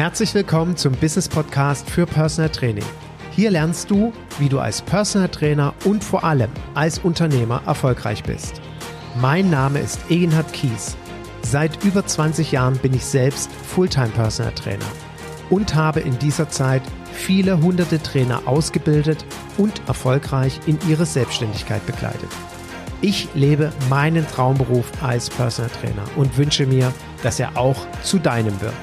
Herzlich willkommen zum Business Podcast für Personal Training. Hier lernst du, wie du als Personal Trainer und vor allem als Unternehmer erfolgreich bist. Mein Name ist Eginhard Kies. Seit über 20 Jahren bin ich selbst Fulltime Personal Trainer und habe in dieser Zeit viele hunderte Trainer ausgebildet und erfolgreich in ihre Selbstständigkeit begleitet. Ich lebe meinen Traumberuf als Personal Trainer und wünsche mir, dass er auch zu deinem wird.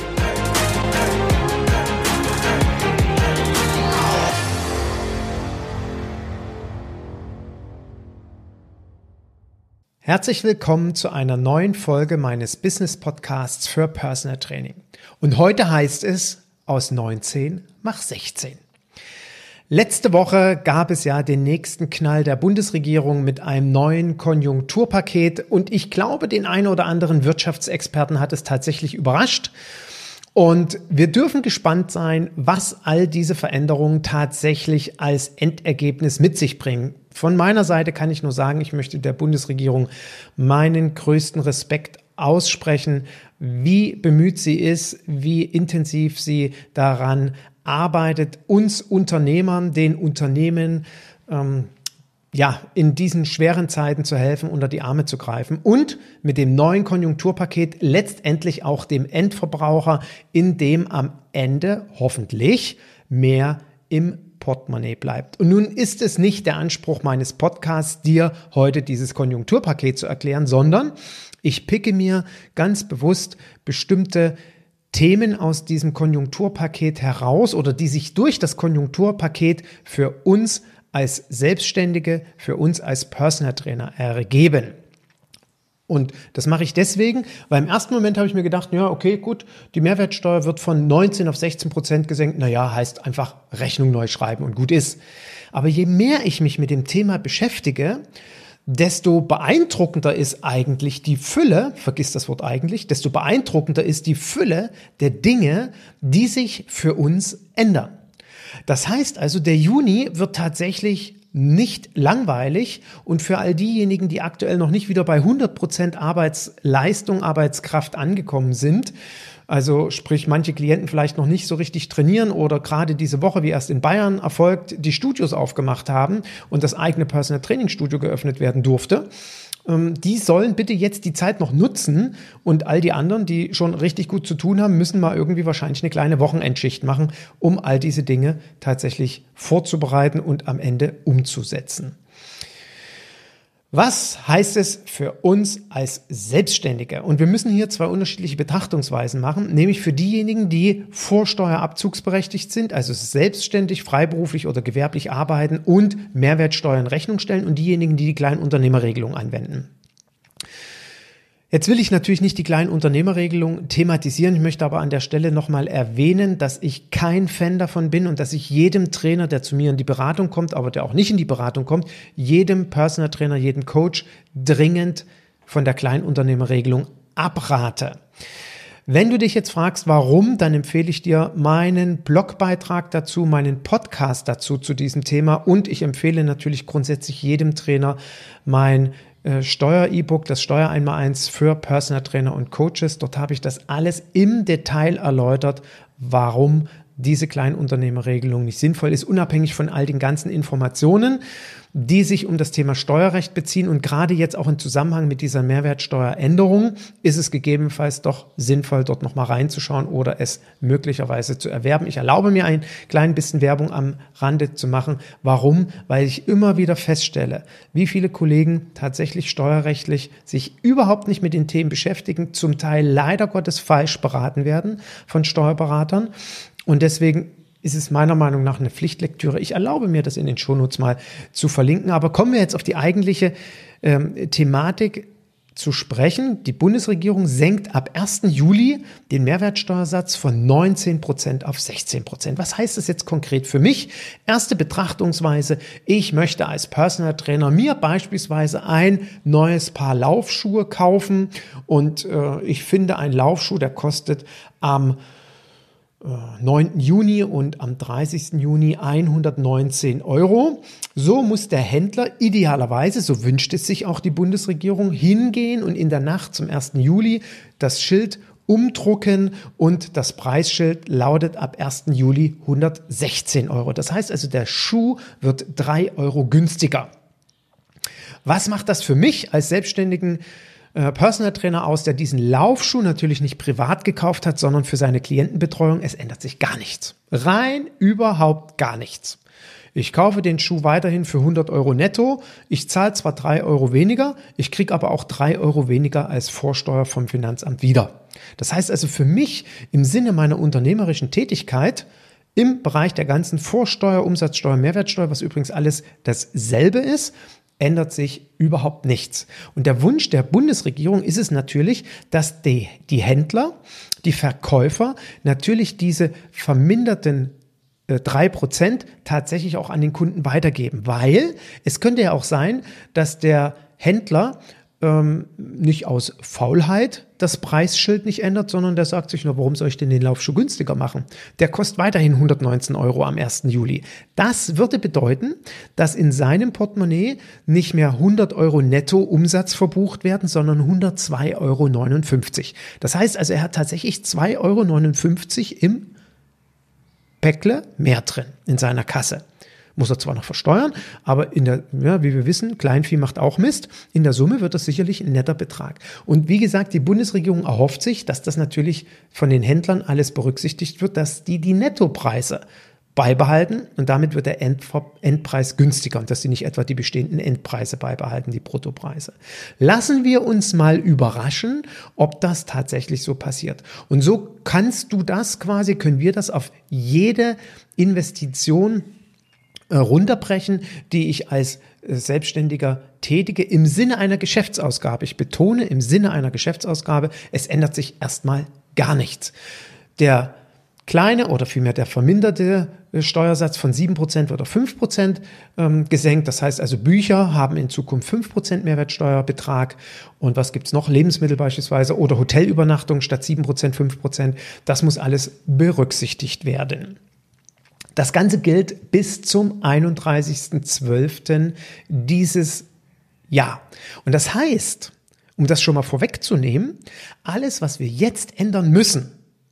Herzlich willkommen zu einer neuen Folge meines Business Podcasts für Personal Training. Und heute heißt es, aus 19 mach 16. Letzte Woche gab es ja den nächsten Knall der Bundesregierung mit einem neuen Konjunkturpaket und ich glaube, den einen oder anderen Wirtschaftsexperten hat es tatsächlich überrascht. Und wir dürfen gespannt sein, was all diese Veränderungen tatsächlich als Endergebnis mit sich bringen. Von meiner Seite kann ich nur sagen, ich möchte der Bundesregierung meinen größten Respekt aussprechen, wie bemüht sie ist, wie intensiv sie daran arbeitet, uns Unternehmern, den Unternehmen, in diesen schweren Zeiten zu helfen, unter die Arme zu greifen und mit dem neuen Konjunkturpaket letztendlich auch dem Endverbraucher, in dem am Ende hoffentlich mehr im Portemonnaie bleibt. Und nun ist es nicht der Anspruch meines Podcasts, dir heute dieses Konjunkturpaket zu erklären, sondern ich picke mir ganz bewusst bestimmte Themen aus diesem Konjunkturpaket heraus oder die sich durch das Konjunkturpaket für uns als Selbstständige, für uns als Personal Trainer ergeben. Und das mache ich deswegen, weil im ersten Moment habe ich mir gedacht, ja, okay, gut, die Mehrwertsteuer wird von 19 auf 16% gesenkt. Naja, heißt einfach Rechnung neu schreiben und gut ist. Aber je mehr ich mich mit dem Thema beschäftige, desto beeindruckender ist eigentlich die Fülle, vergiss das Wort eigentlich, desto beeindruckender ist die Fülle der Dinge, die sich für uns ändern. Das heißt also, der Juni wird tatsächlich nicht langweilig und für all diejenigen, die aktuell noch nicht wieder bei 100% Arbeitsleistung, Arbeitskraft angekommen sind, also sprich manche Klienten vielleicht noch nicht so richtig trainieren oder gerade diese Woche, wie erst in Bayern erfolgt, die Studios aufgemacht haben und das eigene Personal Training Studio geöffnet werden durfte, die sollen bitte jetzt die Zeit noch nutzen und all die anderen, die schon richtig gut zu tun haben, müssen mal irgendwie wahrscheinlich eine kleine Wochenendschicht machen, um all diese Dinge tatsächlich vorzubereiten und am Ende umzusetzen. Was heißt es für uns als Selbstständige? Und wir müssen hier zwei unterschiedliche Betrachtungsweisen machen, nämlich für diejenigen, die vorsteuerabzugsberechtigt sind, also selbstständig, freiberuflich oder gewerblich arbeiten und Mehrwertsteuer in Rechnung stellen und diejenigen, die die Kleinunternehmerregelung anwenden. Jetzt will ich natürlich nicht die Kleinunternehmerregelung thematisieren. Ich möchte aber an der Stelle nochmal erwähnen, dass ich kein Fan davon bin und dass ich jedem Trainer, der zu mir in die Beratung kommt, aber der auch nicht in die Beratung kommt, jedem Personal Trainer, jedem Coach dringend von der Kleinunternehmerregelung abrate. Wenn du dich jetzt fragst, warum, dann empfehle ich dir meinen Blogbeitrag dazu, meinen Podcast dazu zu diesem Thema und ich empfehle natürlich grundsätzlich jedem Trainer mein Steuer-E-Book, das Steuer 1x1 für Personal Trainer und Coaches. Dort habe ich das alles im Detail erläutert, warum diese Kleinunternehmerregelung nicht sinnvoll ist, unabhängig von all den ganzen Informationen, die sich um das Thema Steuerrecht beziehen. Und gerade jetzt auch im Zusammenhang mit dieser Mehrwertsteueränderung ist es gegebenenfalls doch sinnvoll, dort nochmal reinzuschauen oder es möglicherweise zu erwerben. Ich erlaube mir ein klein bisschen Werbung am Rande zu machen. Warum? Weil ich immer wieder feststelle, wie viele Kollegen tatsächlich steuerrechtlich sich überhaupt nicht mit den Themen beschäftigen, zum Teil leider Gottes falsch beraten werden von Steuerberatern. Und deswegen ist es meiner Meinung nach eine Pflichtlektüre. Ich erlaube mir, das in den Shownotes mal zu verlinken. Aber kommen wir jetzt auf die eigentliche Thematik zu sprechen. Die Bundesregierung senkt ab 1. Juli den Mehrwertsteuersatz von 19% auf 16%. Was heißt das jetzt konkret für mich? Erste Betrachtungsweise, ich möchte als Personal Trainer mir beispielsweise ein neues Paar Laufschuhe kaufen und ich finde einen Laufschuh, der kostet am 9. Juni und am 30. Juni 119 €. So muss der Händler idealerweise, so wünscht es sich auch die Bundesregierung, hingehen und in der Nacht zum 1. Juli das Schild umdrucken und das Preisschild lautet ab 1. Juli 116 Euro. Das heißt also, der Schuh wird 3 Euro günstiger. Was macht das für mich als selbstständigen Personal Trainer aus, der diesen Laufschuh natürlich nicht privat gekauft hat, sondern für seine Klientenbetreuung? Es ändert sich gar nichts. Rein überhaupt gar nichts. Ich kaufe den Schuh weiterhin für 100 Euro netto. Ich zahle zwar 3 Euro weniger, ich kriege aber auch 3 Euro weniger als Vorsteuer vom Finanzamt wieder. Das heißt also für mich im Sinne meiner unternehmerischen Tätigkeit im Bereich der ganzen Vorsteuer, Umsatzsteuer, Mehrwertsteuer, was übrigens alles dasselbe ist, ändert sich überhaupt nichts. Und der Wunsch der Bundesregierung ist es natürlich, dass die Händler, die Verkäufer natürlich diese verminderten 3% tatsächlich auch an den Kunden weitergeben, weil es könnte ja auch sein, dass der Händler nicht aus Faulheit das Preisschild nicht ändert, sondern der sagt sich nur, warum soll ich denn den Laufschuh günstiger machen? Der kostet weiterhin 119 Euro am 1. Juli. Das würde bedeuten, dass in seinem Portemonnaie nicht mehr 100 Euro netto Umsatz verbucht werden, sondern 102,59 Euro. Das heißt also, er hat tatsächlich 2,59 Euro im Päckle mehr drin in seiner Kasse. Muss er zwar noch versteuern, aber wie wir wissen, Kleinvieh macht auch Mist. In der Summe wird das sicherlich ein netter Betrag. Und wie gesagt, die Bundesregierung erhofft sich, dass das natürlich von den Händlern alles berücksichtigt wird, dass die Nettopreise beibehalten und damit wird der Endpreis günstiger und dass sie nicht etwa die bestehenden Endpreise beibehalten, die Bruttopreise. Lassen wir uns mal überraschen, ob das tatsächlich so passiert. Und so können wir das auf jede Investition runterbrechen, die ich als Selbstständiger tätige im Sinne einer Geschäftsausgabe. Ich betone, im Sinne einer Geschäftsausgabe, es ändert sich erstmal gar nichts. Der kleine oder vielmehr der verminderte Steuersatz von 7% wird auf 5% gesenkt. Das heißt also, Bücher haben in Zukunft 5% Mehrwertsteuerbetrag. Und was gibt's noch? Lebensmittel beispielsweise oder Hotelübernachtung statt 7%, 5%. Das muss alles berücksichtigt werden. Das Ganze gilt bis zum 31.12. dieses Jahr. Und das heißt, um das schon mal vorwegzunehmen, alles, was wir jetzt ändern müssen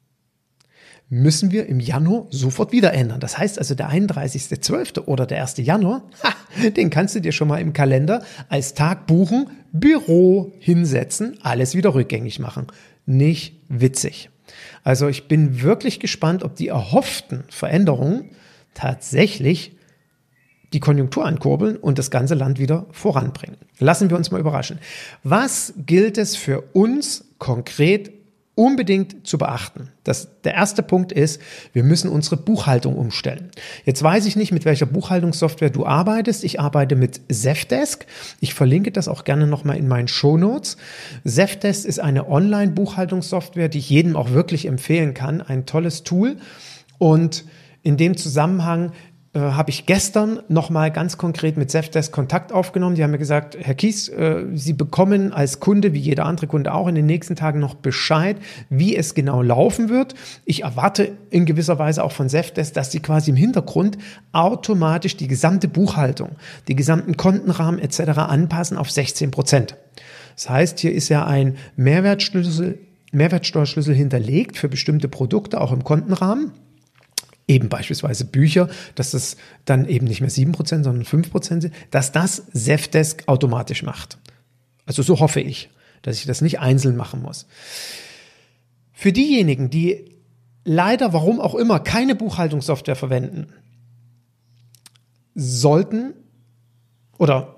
wir im Januar sofort wieder ändern. Das heißt also, der 31.12. oder der 1. Januar, den kannst du dir schon mal im Kalender als Tag buchen, Büro hinsetzen, alles wieder rückgängig machen. Nicht witzig. Also ich bin wirklich gespannt, ob die erhofften Veränderungen tatsächlich die Konjunktur ankurbeln und das ganze Land wieder voranbringen. Lassen wir uns mal überraschen. Was gilt es für uns konkret unbedingt zu beachten? Der erste Punkt ist, wir müssen unsere Buchhaltung umstellen. Jetzt weiß ich nicht, mit welcher Buchhaltungssoftware du arbeitest. Ich arbeite mit Zendesk. Ich verlinke das auch gerne nochmal in meinen Shownotes. Zendesk ist eine Online-Buchhaltungssoftware, die ich jedem auch wirklich empfehlen kann. Ein tolles Tool. Und in dem Zusammenhang habe ich gestern nochmal ganz konkret mit Zendesk Kontakt aufgenommen. Die haben mir gesagt, Herr Kies, Sie bekommen als Kunde, wie jeder andere Kunde auch, in den nächsten Tagen noch Bescheid, wie es genau laufen wird. Ich erwarte in gewisser Weise auch von Zendesk, dass Sie quasi im Hintergrund automatisch die gesamte Buchhaltung, die gesamten Kontenrahmen etc. anpassen auf 16%. Das heißt, hier ist ja ein Mehrwertsteuerschlüssel hinterlegt für bestimmte Produkte, auch im Kontenrahmen. Eben beispielsweise Bücher, dass das dann eben nicht mehr 7%, sondern 5% sind, dass das Zendesk automatisch macht. Also so hoffe ich, dass ich das nicht einzeln machen muss. Für diejenigen, die leider, warum auch immer, keine Buchhaltungssoftware verwenden, sollten oder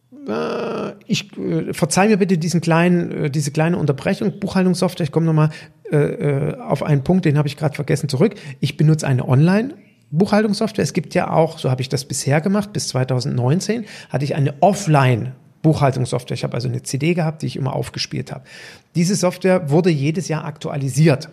verzeih mir bitte diese kleine Unterbrechung. Buchhaltungssoftware, ich komme nochmal auf einen Punkt, den habe ich gerade vergessen, zurück. Ich benutze eine Online-Buchhaltungssoftware. Es gibt ja auch, so habe ich das bisher gemacht, bis 2019 hatte ich eine Offline-Buchhaltungssoftware. Ich habe also eine CD gehabt, die ich immer aufgespielt habe. Diese Software wurde jedes Jahr aktualisiert.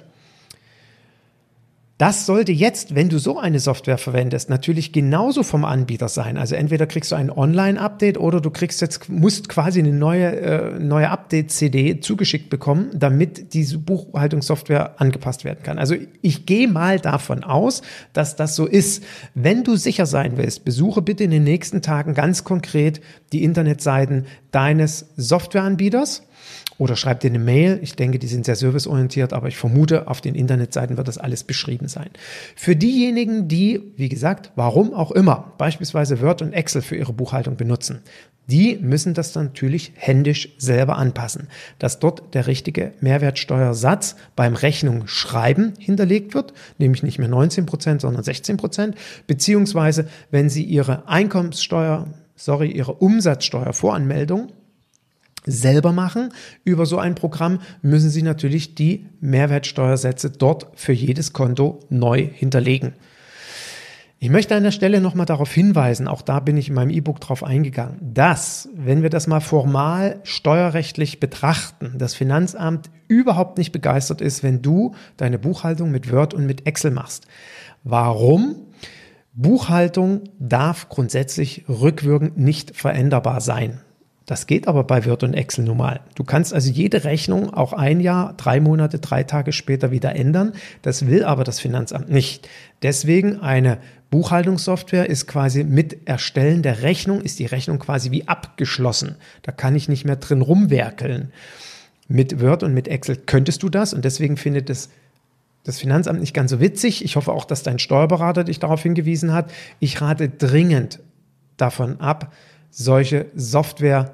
Das sollte jetzt, wenn du so eine Software verwendest, natürlich genauso vom Anbieter sein. Also entweder kriegst du ein Online-Update oder du musst quasi eine neue Update-CD zugeschickt bekommen, damit diese Buchhaltungssoftware angepasst werden kann. Also ich gehe mal davon aus, dass das so ist. Wenn du sicher sein willst, besuche bitte in den nächsten Tagen ganz konkret die Internetseiten deines Softwareanbieters oder schreib dir eine Mail. Ich denke, die sind sehr serviceorientiert, aber ich vermute, auf den Internetseiten wird das alles beschrieben sein. Für diejenigen, die, wie gesagt, warum auch immer, beispielsweise Word und Excel für ihre Buchhaltung benutzen, die müssen das dann natürlich händisch selber anpassen, dass dort der richtige Mehrwertsteuersatz beim Rechnungsschreiben hinterlegt wird, nämlich nicht mehr 19%, sondern 16%, beziehungsweise wenn Sie Ihre Ihre Umsatzsteuervoranmeldung selber machen über so ein Programm, müssen Sie natürlich die Mehrwertsteuersätze dort für jedes Konto neu hinterlegen. Ich möchte an der Stelle nochmal darauf hinweisen, auch da bin ich in meinem E-Book drauf eingegangen, dass, wenn wir das mal formal steuerrechtlich betrachten, das Finanzamt überhaupt nicht begeistert ist, wenn du deine Buchhaltung mit Word und mit Excel machst. Warum? Buchhaltung darf grundsätzlich rückwirkend nicht veränderbar sein. Das geht aber bei Word und Excel normal. Du kannst also jede Rechnung auch 1 Jahr, 3 Monate, 3 Tage später wieder ändern. Das will aber das Finanzamt nicht. Deswegen eine Buchhaltungssoftware ist quasi mit Erstellen der Rechnung, ist die Rechnung quasi wie abgeschlossen. Da kann ich nicht mehr drin rumwerkeln. Mit Word und mit Excel könntest du das und deswegen findet das Finanzamt nicht ganz so witzig. Ich hoffe auch, dass dein Steuerberater dich darauf hingewiesen hat. Ich rate dringend davon ab, solche Software,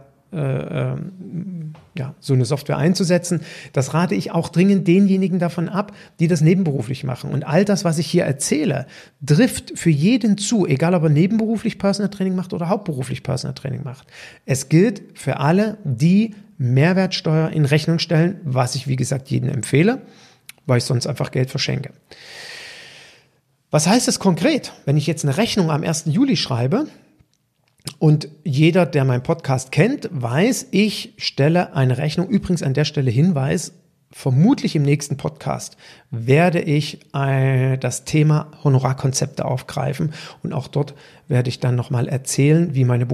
so eine Software einzusetzen. Das rate ich auch dringend denjenigen davon ab, die das nebenberuflich machen. Und all das, was ich hier erzähle, trifft für jeden zu, egal ob er nebenberuflich Personal Training macht oder hauptberuflich Personal Training macht. Es gilt für alle, die Mehrwertsteuer in Rechnung stellen, was ich, wie gesagt, jedem empfehle, weil ich sonst einfach Geld verschenke. Was heißt es konkret, wenn ich jetzt eine Rechnung am 1. Juli schreibe? Und jeder, der meinen Podcast kennt, weiß, ich stelle eine Rechnung. Übrigens an der Stelle Hinweis, vermutlich im nächsten Podcast werde ich das Thema Honorarkonzepte aufgreifen. Und auch dort werde ich dann nochmal erzählen, wie meine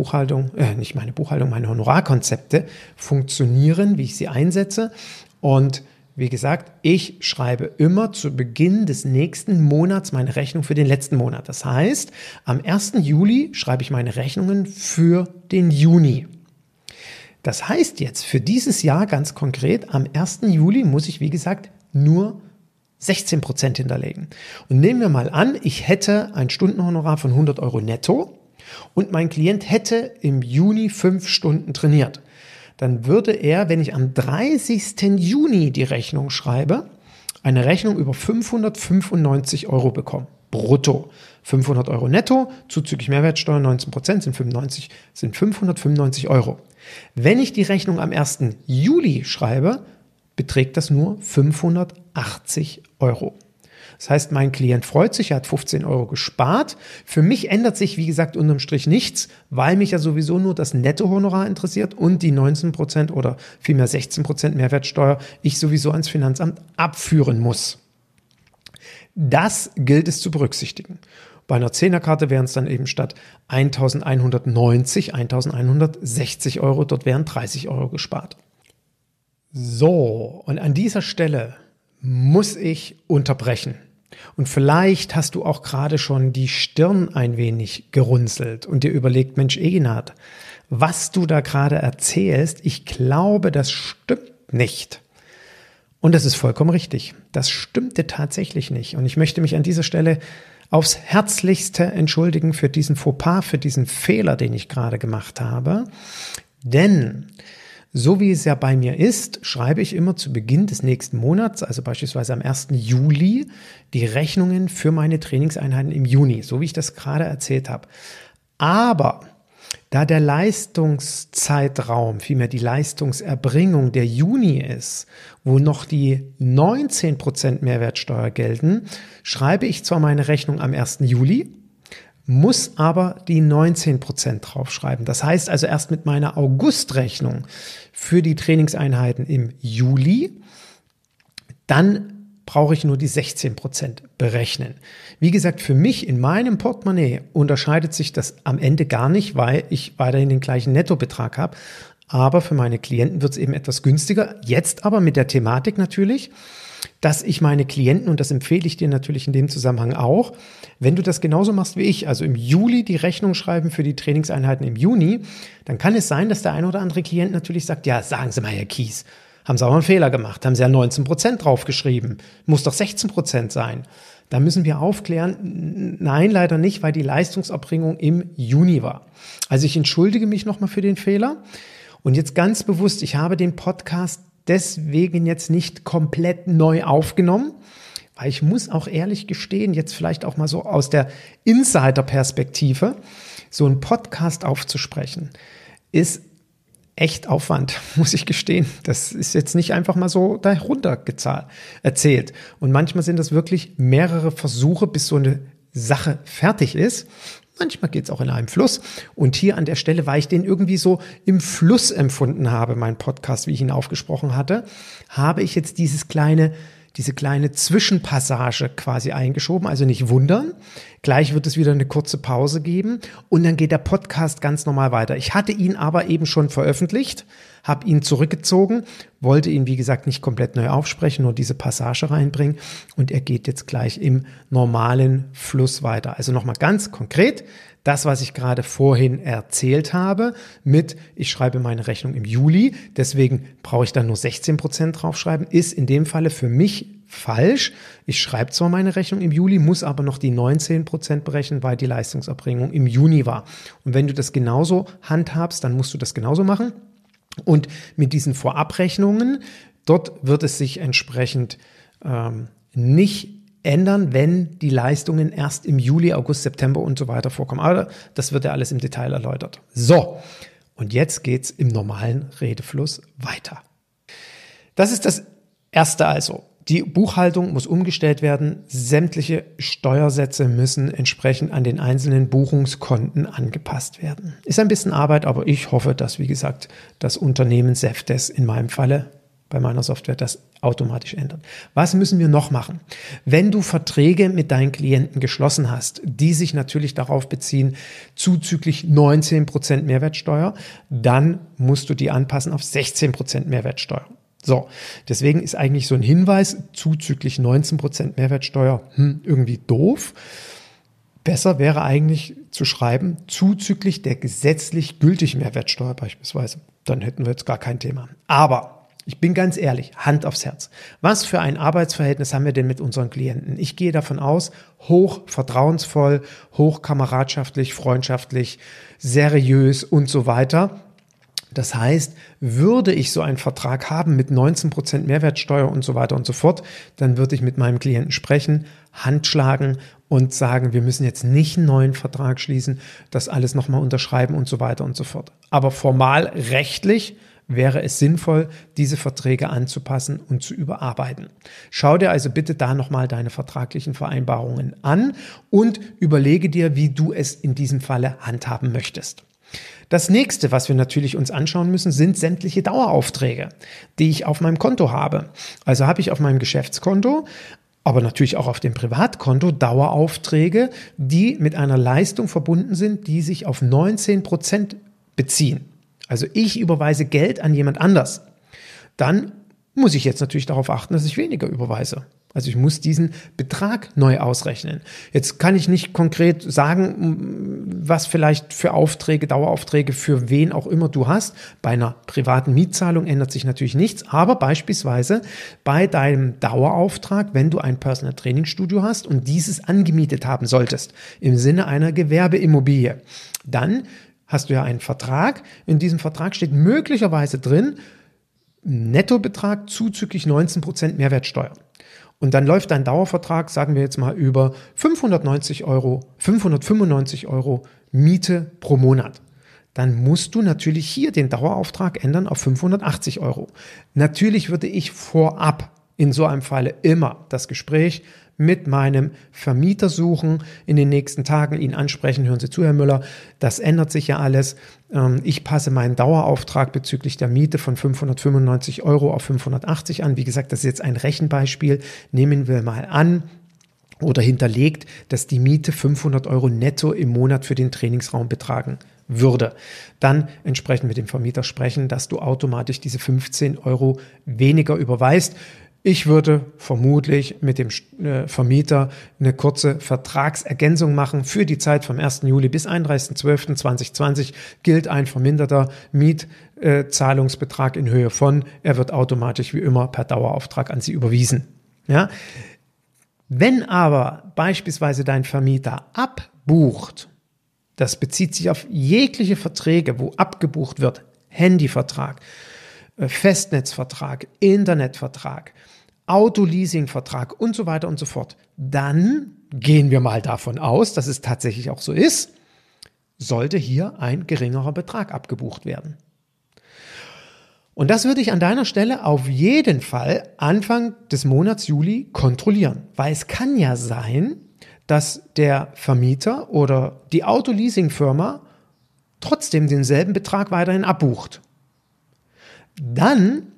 Honorarkonzepte funktionieren, wie ich sie einsetze. Und wie gesagt, ich schreibe immer zu Beginn des nächsten Monats meine Rechnung für den letzten Monat. Das heißt, am 1. Juli schreibe ich meine Rechnungen für den Juni. Das heißt jetzt für dieses Jahr ganz konkret, am 1. Juli muss ich, wie gesagt, nur 16% hinterlegen. Und nehmen wir mal an, ich hätte ein Stundenhonorar von 100 Euro netto und mein Klient hätte im Juni 5 Stunden trainiert. Dann würde er, wenn ich am 30. Juni die Rechnung schreibe, eine Rechnung über 595 Euro bekommen. Brutto. 500 Euro netto, zuzüglich Mehrwertsteuer 19% sind 595 Euro. Wenn ich die Rechnung am 1. Juli schreibe, beträgt das nur 580 Euro. Das heißt, mein Klient freut sich, er hat 15 Euro gespart. Für mich ändert sich, wie gesagt, unterm Strich nichts, weil mich ja sowieso nur das Nettohonorar interessiert und die 19% oder vielmehr 16% Mehrwertsteuer ich sowieso ans Finanzamt abführen muss. Das gilt es zu berücksichtigen. Bei einer 10er-Karte wären es dann eben statt 1.190, 1.160 Euro, dort wären 30 Euro gespart. So, und an dieser Stelle muss ich unterbrechen. Und vielleicht hast du auch gerade schon die Stirn ein wenig gerunzelt und dir überlegt, Mensch, Eginhard, was du da gerade erzählst, ich glaube, das stimmt nicht. Und das ist vollkommen richtig. Das stimmte tatsächlich nicht. Und ich möchte mich an dieser Stelle aufs Herzlichste entschuldigen für diesen Fauxpas, für diesen Fehler, den ich gerade gemacht habe. Denn so wie es ja bei mir ist, schreibe ich immer zu Beginn des nächsten Monats, also beispielsweise am 1. Juli, die Rechnungen für meine Trainingseinheiten im Juni, so wie ich das gerade erzählt habe. Aber da der Leistungszeitraum, vielmehr die Leistungserbringung der Juni ist, wo noch die 19% Mehrwertsteuer gelten, schreibe ich zwar meine Rechnung am 1. Juli, muss aber die 19% draufschreiben. Das heißt also erst mit meiner Augustrechnung für die Trainingseinheiten im Juli, dann brauche ich nur die 16% berechnen. Wie gesagt, für mich in meinem Portemonnaie unterscheidet sich das am Ende gar nicht, weil ich weiterhin den gleichen Nettobetrag habe. Aber für meine Klienten wird es eben etwas günstiger. Jetzt aber mit der Thematik natürlich, dass ich meine Klienten, und das empfehle ich dir natürlich in dem Zusammenhang auch, wenn du das genauso machst wie ich, also im Juli die Rechnung schreiben für die Trainingseinheiten im Juni, dann kann es sein, dass der ein oder andere Klient natürlich sagt, ja, sagen Sie mal, Herr Kies, Haben sie aber einen Fehler gemacht, haben sie ja 19% draufgeschrieben, muss doch 16% sein. Da müssen wir aufklären, nein, leider nicht, weil die Leistungserbringung im Juni war. Also ich entschuldige mich nochmal für den Fehler und jetzt ganz bewusst, ich habe den Podcast deswegen jetzt nicht komplett neu aufgenommen, weil ich muss auch ehrlich gestehen, jetzt vielleicht auch mal so aus der Insider-Perspektive, so einen Podcast aufzusprechen, ist echt Aufwand, muss ich gestehen. Das ist jetzt nicht einfach mal so da erzählt. Und manchmal sind das wirklich mehrere Versuche, bis so eine Sache fertig ist. Manchmal geht es auch in einem Fluss. Und hier an der Stelle, weil ich den irgendwie so im Fluss empfunden habe, mein Podcast, wie ich ihn aufgesprochen hatte, habe ich jetzt diese kleine Zwischenpassage quasi eingeschoben, also nicht wundern. Gleich wird es wieder eine kurze Pause geben und dann geht der Podcast ganz normal weiter. Ich hatte ihn aber eben schon veröffentlicht, habe ihn zurückgezogen, wollte ihn, wie gesagt, nicht komplett neu aufsprechen, nur diese Passage reinbringen und er geht jetzt gleich im normalen Fluss weiter. Also nochmal ganz konkret, das, was ich gerade vorhin erzählt habe mit, ich schreibe meine Rechnung im Juli, deswegen brauche ich dann nur 16% draufschreiben, ist in dem Falle für mich falsch. Ich schreibe zwar meine Rechnung im Juli, muss aber noch die 19% berechnen, weil die Leistungserbringung im Juni war. Und wenn du das genauso handhabst, dann musst du das genauso machen. Und mit diesen Vorabrechnungen, dort wird es sich entsprechend nicht ändern, wenn die Leistungen erst im Juli, August, September und so weiter vorkommen. Aber das wird ja alles im Detail erläutert. So, und jetzt geht's im normalen Redefluss weiter. Das ist das Erste also. Die Buchhaltung muss umgestellt werden. Sämtliche Steuersätze müssen entsprechend an den einzelnen Buchungskonten angepasst werden. Ist ein bisschen Arbeit, aber ich hoffe, dass, wie gesagt, das Unternehmen Seftes in meinem Falle bei meiner Software das automatisch ändert. Was müssen wir noch machen? Wenn du Verträge mit deinen Klienten geschlossen hast, die sich natürlich darauf beziehen, zuzüglich 19% Mehrwertsteuer, dann musst du die anpassen auf 16% Mehrwertsteuer. So, deswegen ist eigentlich so ein Hinweis, zuzüglich 19% Mehrwertsteuer, irgendwie doof. Besser wäre eigentlich zu schreiben, zuzüglich der gesetzlich gültigen Mehrwertsteuer beispielsweise. Dann hätten wir jetzt gar kein Thema. Aber ich bin ganz ehrlich, Hand aufs Herz. Was für ein Arbeitsverhältnis haben wir denn mit unseren Klienten? Ich gehe davon aus, hoch vertrauensvoll, hoch kameradschaftlich, freundschaftlich, seriös und so weiter. Das heißt, würde ich so einen Vertrag haben mit 19% Mehrwertsteuer und so weiter und so fort, dann würde ich mit meinem Klienten sprechen, Hand schlagen und sagen, wir müssen jetzt nicht einen neuen Vertrag schließen, das alles nochmal unterschreiben und so weiter und so fort. Aber formal rechtlich wäre es sinnvoll, diese Verträge anzupassen und zu überarbeiten. Schau dir also bitte da nochmal deine vertraglichen Vereinbarungen an und überlege dir, wie du es in diesem Falle handhaben möchtest. Das nächste, was wir natürlich uns anschauen müssen, sind sämtliche Daueraufträge, die ich auf meinem Konto habe. Also habe ich auf meinem Geschäftskonto, aber natürlich auch auf dem Privatkonto Daueraufträge, die mit einer Leistung verbunden sind, die sich auf 19% beziehen. Also ich überweise Geld an jemand anders. Dann muss ich jetzt natürlich darauf achten, dass ich weniger überweise. Also ich muss diesen Betrag neu ausrechnen. Jetzt kann ich nicht konkret sagen, was vielleicht für Aufträge, Daueraufträge für wen auch immer du hast. Bei einer privaten Mietzahlung ändert sich natürlich nichts, aber beispielsweise bei deinem Dauerauftrag, wenn du ein Personal Training Studio hast und dieses angemietet haben solltest, im Sinne einer Gewerbeimmobilie, dann hast du ja einen Vertrag. In diesem Vertrag steht möglicherweise drin, Nettobetrag zuzüglich 19% Mehrwertsteuer. Und dann läuft dein Dauervertrag, sagen wir jetzt mal, über 595 Euro Miete pro Monat. Dann musst du natürlich hier den Dauerauftrag ändern auf 580 Euro. Natürlich würde ich vorab in so einem Falle immer das Gespräch mit meinem Vermieter suchen, in den nächsten Tagen ihn ansprechen, hören Sie zu, Herr Müller, das ändert sich ja alles. Ich passe meinen Dauerauftrag bezüglich der Miete von 595 Euro auf 580 an. Wie gesagt, das ist jetzt ein Rechenbeispiel. Nehmen wir mal an oder hinterlegt, dass die Miete 500 Euro netto im Monat für den Trainingsraum betragen würde. Dann entsprechend mit dem Vermieter sprechen, dass du automatisch diese 15 Euro weniger überweist. Ich würde vermutlich mit dem Vermieter eine kurze Vertragsergänzung machen. Für die Zeit vom 1. Juli bis 31.12.2020 gilt ein verminderter Mietzahlungsbetrag in Höhe von, er wird automatisch wie immer per Dauerauftrag an Sie überwiesen. Ja? Wenn aber beispielsweise dein Vermieter abbucht, das bezieht sich auf jegliche Verträge, wo abgebucht wird, Handyvertrag, Festnetzvertrag, Internetvertrag, Autoleasingvertrag und so weiter und so fort, dann gehen wir mal davon aus, dass es tatsächlich auch so ist, sollte hier ein geringerer Betrag abgebucht werden. Und das würde ich an deiner Stelle auf jeden Fall Anfang des Monats Juli kontrollieren, weil es kann ja sein, dass der Vermieter oder die Autoleasingfirma trotzdem denselben Betrag weiterhin abbucht. Dann,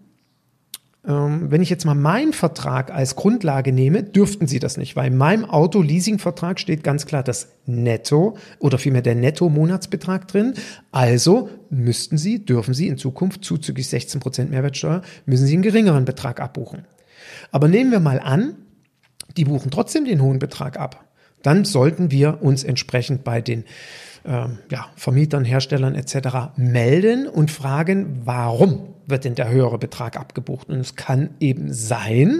wenn ich jetzt mal meinen Vertrag als Grundlage nehme, dürften Sie das nicht, weil in meinem Auto-Leasing-Vertrag steht ganz klar das Netto oder vielmehr der Netto-Monatsbetrag drin. Also dürfen Sie in Zukunft zuzüglich 16% Mehrwertsteuer, müssen Sie einen geringeren Betrag abbuchen. Aber nehmen wir mal an, die buchen trotzdem den hohen Betrag ab. Dann sollten wir uns entsprechend bei den Vermietern, Herstellern etc. melden und fragen, warum wird denn der höhere Betrag abgebucht? Und es kann eben sein,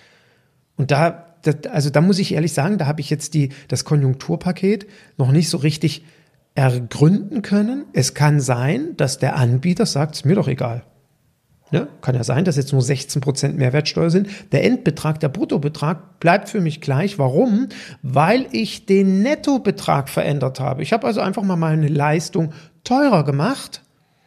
und da muss ich ehrlich sagen, da habe ich jetzt das Konjunkturpaket noch nicht so richtig ergründen können. Es kann sein, dass der Anbieter sagt, ist mir doch egal. Ne? Kann ja sein, dass jetzt nur 16% Mehrwertsteuer sind. Der Endbetrag, der Bruttobetrag bleibt für mich gleich. Warum? Weil ich den Nettobetrag verändert habe. Ich habe also einfach mal meine Leistung teurer gemacht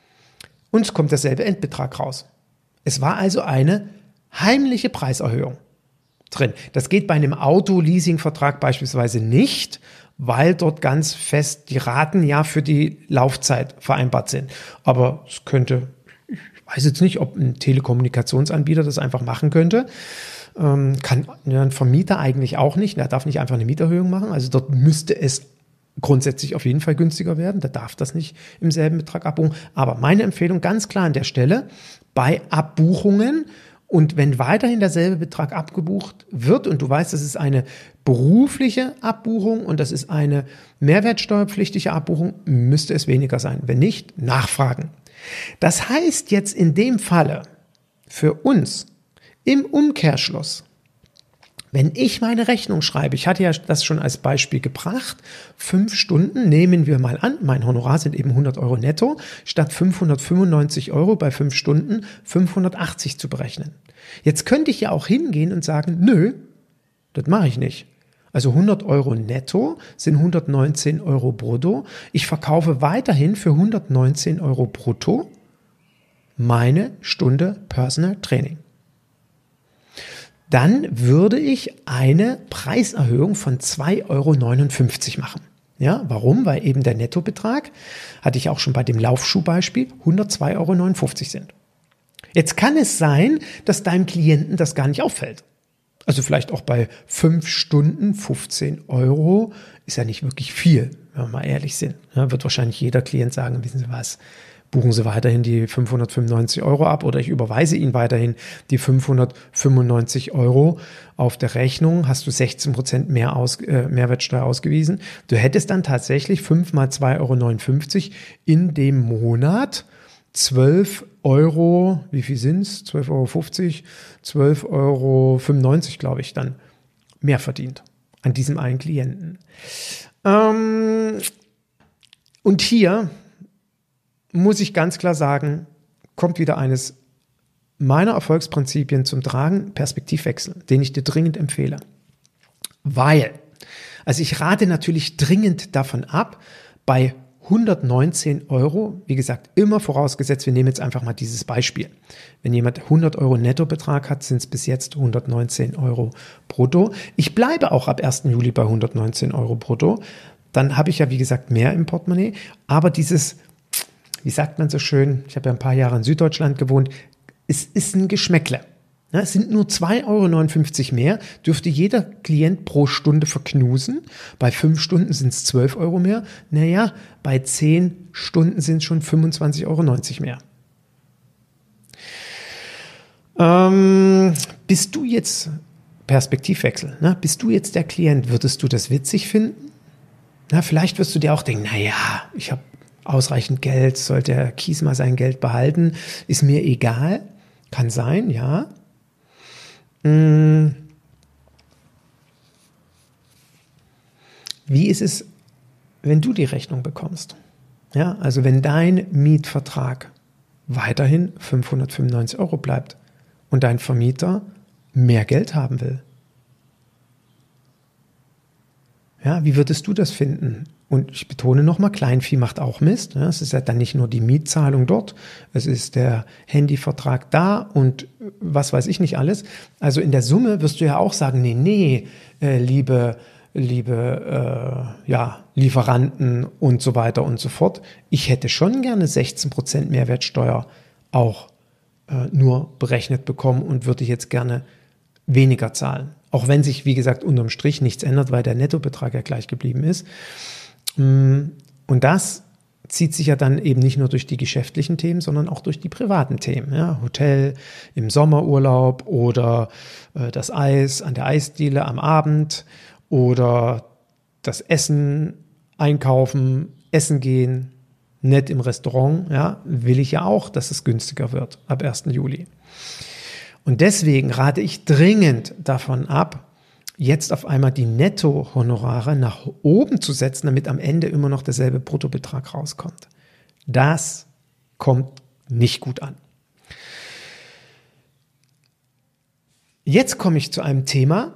und es kommt derselbe Endbetrag raus. Es war also eine heimliche Preiserhöhung drin. Das geht bei einem Auto-Leasing-Vertrag beispielsweise nicht, weil dort ganz fest die Raten ja für die Laufzeit vereinbart sind. Aber es könnte, ich weiß jetzt nicht, ob ein Telekommunikationsanbieter das einfach machen könnte. Kann ein Vermieter eigentlich auch nicht. Der darf nicht einfach eine Mieterhöhung machen. Also dort müsste es grundsätzlich auf jeden Fall günstiger werden. Der darf das nicht im selben Betrag abbuchen. Aber meine Empfehlung ganz klar an der Stelle, bei Abbuchungen und wenn weiterhin derselbe Betrag abgebucht wird und du weißt, das ist eine berufliche Abbuchung und das ist eine mehrwertsteuerpflichtige Abbuchung, müsste es weniger sein. Wenn nicht, nachfragen. Das heißt jetzt in dem Falle für uns im Umkehrschluss, wenn ich meine Rechnung schreibe, ich hatte ja das schon als Beispiel gebracht, 5 Stunden, nehmen wir mal an, mein Honorar sind eben 100 Euro netto, statt 595 Euro bei 5 Stunden 580 zu berechnen. Jetzt könnte ich ja auch hingehen und sagen, nö, das mache ich nicht. Also 100 Euro netto sind 119 Euro brutto. Ich verkaufe weiterhin für 119 Euro brutto meine Stunde Personal Training. Dann würde ich eine Preiserhöhung von 2,59 Euro machen. Ja, warum? Weil eben der Nettobetrag, hatte ich auch schon bei dem Laufschuhbeispiel, 102,59 Euro sind. Jetzt kann es sein, dass deinem Klienten das gar nicht auffällt. Also vielleicht auch bei 5 Stunden 15 Euro ist ja nicht wirklich viel, wenn wir mal ehrlich sind. Ja, wird wahrscheinlich jeder Klient sagen, wissen Sie was, buchen Sie weiterhin die 595 Euro ab oder ich überweise Ihnen weiterhin die 595 Euro auf der Rechnung, hast du 16% Mehrwertsteuer ausgewiesen. Du hättest dann tatsächlich 5 mal 2,59 Euro in dem Monat 12 Euro, wie viel sind es? 12,50 Euro, 12,95 Euro, glaube ich, dann mehr verdient an diesem einen Klienten. Und hier muss ich ganz klar sagen, kommt wieder eines meiner Erfolgsprinzipien zum Tragen, Perspektivwechsel, den ich dir dringend empfehle. Also ich rate natürlich dringend davon ab, bei 119 Euro, wie gesagt, immer vorausgesetzt, wir nehmen jetzt einfach mal dieses Beispiel. Wenn jemand 100 Euro Nettobetrag hat, sind es bis jetzt 119 Euro brutto. Ich bleibe auch ab 1. Juli bei 119 Euro brutto. Dann habe ich ja, wie gesagt, mehr im Portemonnaie. Aber dieses, wie sagt man so schön, ich habe ja ein paar Jahre in Süddeutschland gewohnt, es ist ein Geschmäckle. Ja, es sind nur 2,59 Euro mehr, dürfte jeder Klient pro Stunde verknusen. Bei 5 Stunden sind es 12 Euro mehr. Naja, bei 10 Stunden sind es schon 25,90 Euro mehr. Bist du jetzt Perspektivwechsel, ne? Bist du jetzt der Klient? Würdest du das witzig finden? Na, vielleicht wirst du dir auch denken, naja, ich habe ausreichend Geld, soll der Kies mal sein Geld behalten, ist mir egal. Kann sein, ja. Wie ist es, wenn du die Rechnung bekommst? Ja, also wenn dein Mietvertrag weiterhin 595 € bleibt und dein Vermieter mehr Geld haben will. Ja, wie würdest du das finden? Und ich betone nochmal, Kleinvieh macht auch Mist. Ja, es ist ja dann nicht nur die Mietzahlung dort, es ist der Handyvertrag da und was weiß ich nicht alles. Also in der Summe wirst du ja auch sagen, nee, liebe Lieferanten und so weiter und so fort. Ich hätte schon gerne 16% Mehrwertsteuer auch nur berechnet bekommen und würde jetzt gerne weniger zahlen. Auch wenn sich, wie gesagt, unterm Strich nichts ändert, weil der Nettobetrag ja gleich geblieben ist. Und das zieht sich ja dann eben nicht nur durch die geschäftlichen Themen, sondern auch durch die privaten Themen. Ja, Hotel im Sommerurlaub oder das Eis an der Eisdiele am Abend oder das Essen, Einkaufen, Essen gehen, nett im Restaurant, ja, will ich ja auch, dass es günstiger wird ab 1. Juli. Und deswegen rate ich dringend davon ab, jetzt auf einmal die Nettohonorare nach oben zu setzen, damit am Ende immer noch derselbe Bruttobetrag rauskommt. Das kommt nicht gut an. Jetzt komme ich zu einem Thema,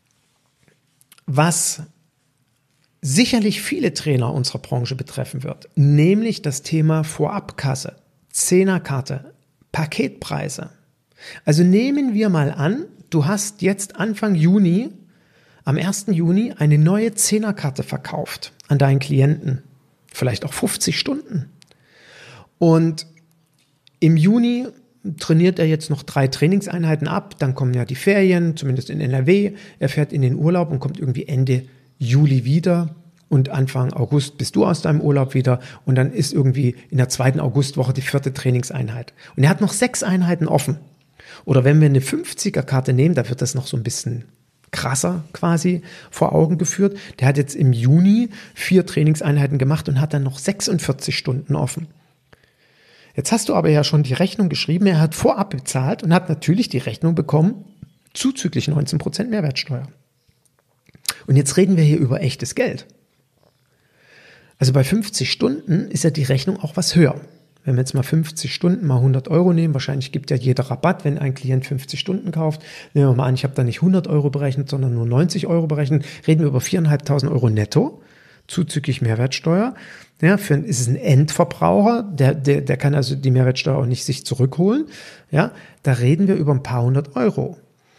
was sicherlich viele Trainer unserer Branche betreffen wird, nämlich das Thema Vorabkasse, Zehnerkarte, Paketpreise. Also nehmen wir mal an, du hast jetzt Anfang Juni, am 1. Juni, eine neue Zehnerkarte verkauft an deinen Klienten. Vielleicht auch 50 Stunden. Und im Juni trainiert er jetzt noch 3 Trainingseinheiten ab, dann kommen ja die Ferien, zumindest in NRW. Er fährt in den Urlaub und kommt irgendwie Ende Juli wieder. Und Anfang August bist du aus deinem Urlaub wieder und dann ist irgendwie in der 2. Augustwoche die 4. Trainingseinheit. Und er hat noch 6 Einheiten offen. Oder wenn wir eine 50er-Karte nehmen, da wird das noch so ein bisschen krasser quasi vor Augen geführt. Der hat jetzt im Juni 4 Trainingseinheiten gemacht und hat dann noch 46 Stunden offen. Jetzt hast du aber ja schon die Rechnung geschrieben, er hat vorab bezahlt und hat natürlich die Rechnung bekommen, zuzüglich 19% Mehrwertsteuer. Und jetzt reden wir hier über echtes Geld. Also bei 50 Stunden ist ja die Rechnung auch was höher. Wenn wir jetzt mal 50 Stunden mal 100 € nehmen, wahrscheinlich gibt ja jeder Rabatt, wenn ein Klient 50 Stunden kauft. Nehmen wir mal an, ich habe da nicht 100 € berechnet, sondern nur 90 € berechnet. Reden wir über 4.500 € netto, zuzüglich Mehrwertsteuer. Ja, ist es ein Endverbraucher, der kann also die Mehrwertsteuer auch nicht sich zurückholen. Ja, da reden wir über ein paar 100 €.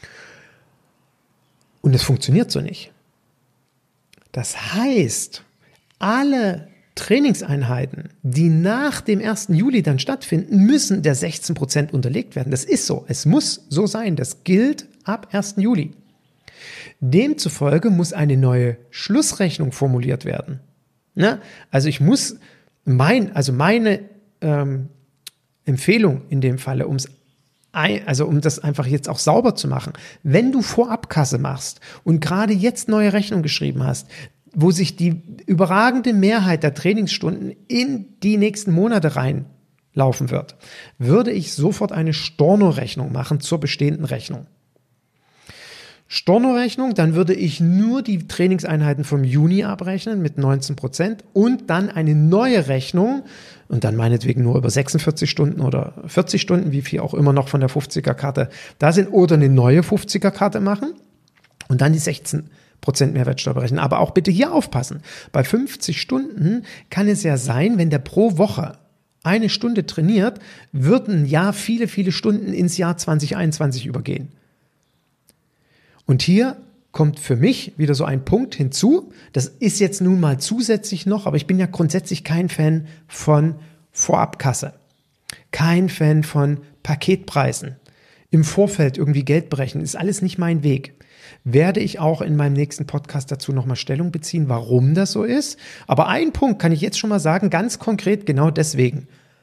Und es funktioniert so nicht. Das heißt, alle Trainingseinheiten, die nach dem 1. Juli dann stattfinden, müssen der 16% unterlegt werden. Das ist so. Es muss so sein. Das gilt ab 1. Juli. Demzufolge muss eine neue Schlussrechnung formuliert werden. Ja? Also ich muss meine Empfehlung in dem Falle, um das einfach jetzt auch sauber zu machen, wenn du Vorabkasse machst und gerade jetzt neue Rechnung geschrieben hast, wo sich die überragende Mehrheit der Trainingsstunden in die nächsten Monate reinlaufen wird, würde ich sofort eine Stornorechnung machen zur bestehenden Rechnung. Stornorechnung, dann würde ich nur die Trainingseinheiten vom Juni abrechnen mit 19% und dann eine neue Rechnung und dann meinetwegen nur über 46 Stunden oder 40 Stunden, wie viel auch immer noch von der 50er-Karte da sind, oder eine neue 50er-Karte machen und dann die 16% Mehrwertsteuer berechnen. Aber auch bitte hier aufpassen. Bei 50 Stunden kann es ja sein, wenn der pro Woche eine Stunde trainiert, würden ja viele, viele Stunden ins Jahr 2021 übergehen. Und hier kommt für mich wieder so ein Punkt hinzu. Das ist jetzt nun mal zusätzlich noch, aber ich bin ja grundsätzlich kein Fan von Vorabkasse. Kein Fan von Paketpreisen. Im Vorfeld irgendwie Geld berechnen, ist alles nicht mein Weg. Werde ich auch in meinem nächsten Podcast dazu nochmal Stellung beziehen, warum das so ist. Aber einen Punkt kann ich jetzt schon mal sagen, ganz konkret genau deswegen.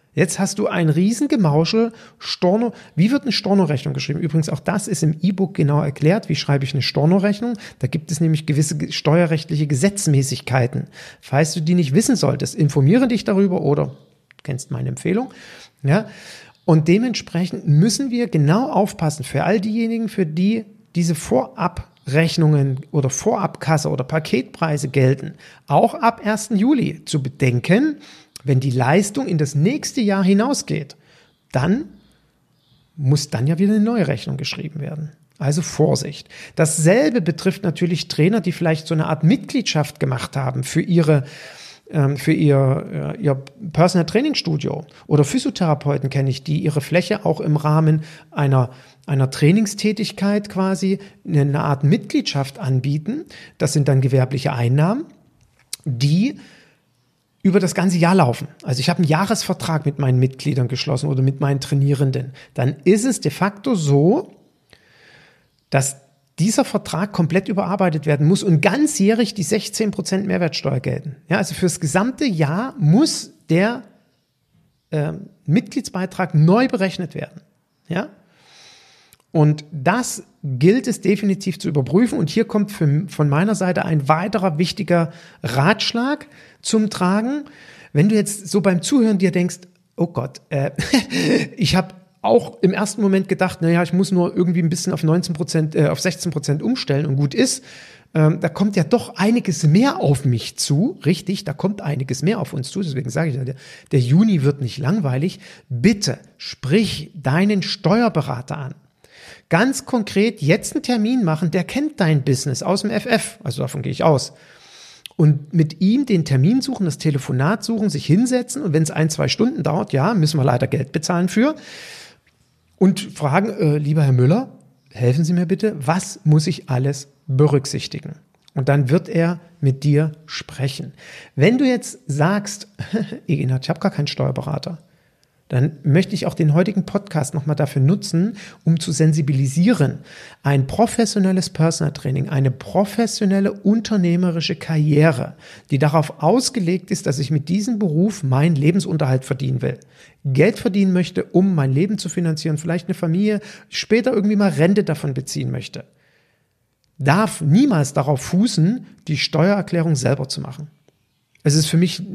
Jetzt hast du ein Riesengemauschel, Storno. Wie wird eine Stornorechnung geschrieben? Übrigens, auch das ist im E-Book genau erklärt. Wie schreibe ich eine Stornorechnung? Da gibt es nämlich gewisse steuerrechtliche Gesetzmäßigkeiten. Falls du die nicht wissen solltest, informiere dich darüber oder du kennst meine Empfehlung. Ja? Und dementsprechend müssen wir genau aufpassen für all diejenigen, für die diese Vorabrechnungen oder Vorabkasse oder Paketpreise gelten, auch ab 1. Juli zu bedenken, wenn die Leistung in das nächste Jahr hinausgeht, dann muss dann ja wieder eine neue Rechnung geschrieben werden. Also Vorsicht. Dasselbe betrifft natürlich Trainer, die vielleicht so eine Art Mitgliedschaft gemacht haben für ihr Personal Training Studio, oder Physiotherapeuten kenne ich, die ihre Fläche auch im Rahmen einer Trainingstätigkeit quasi eine Art Mitgliedschaft anbieten. Das sind dann gewerbliche Einnahmen, die über das ganze Jahr laufen. Also ich habe einen Jahresvertrag mit meinen Mitgliedern geschlossen oder mit meinen Trainierenden. Dann ist es de facto so, dass dieser Vertrag komplett überarbeitet werden muss und ganzjährig die 16% Mehrwertsteuer gelten. Ja, also fürs gesamte Jahr muss der Mitgliedsbeitrag neu berechnet werden. Ja? Und das gilt es definitiv zu überprüfen. Und hier kommt von meiner Seite ein weiterer wichtiger Ratschlag zum Tragen. Wenn du jetzt so beim Zuhören dir denkst, oh Gott, ich habe auch im ersten Moment gedacht, naja, ich muss nur irgendwie ein bisschen auf 16% umstellen und gut ist. Da kommt ja doch einiges mehr auf mich zu. Richtig, da kommt einiges mehr auf uns zu. Deswegen sage ich ja, der Juni wird nicht langweilig. Bitte sprich deinen Steuerberater an. Ganz konkret jetzt einen Termin machen, der kennt dein Business aus dem FF, also davon gehe ich aus. Und mit ihm den Termin suchen, das Telefonat suchen, sich hinsetzen und wenn es 1-2 Stunden dauert, ja, müssen wir leider Geld bezahlen für. Und fragen, lieber Herr Müller, helfen Sie mir bitte, was muss ich alles berücksichtigen? Und dann wird er mit dir sprechen. Wenn du jetzt sagst, Eginhard, ich habe gar keinen Steuerberater, dann möchte ich auch den heutigen Podcast nochmal dafür nutzen, um zu sensibilisieren. Ein professionelles Personal Training, eine professionelle unternehmerische Karriere, die darauf ausgelegt ist, dass ich mit diesem Beruf meinen Lebensunterhalt verdienen will. Geld verdienen möchte, um mein Leben zu finanzieren, vielleicht eine Familie, später irgendwie mal Rente davon beziehen möchte. Darf niemals darauf fußen, die Steuererklärung selber zu machen. Es ist für mich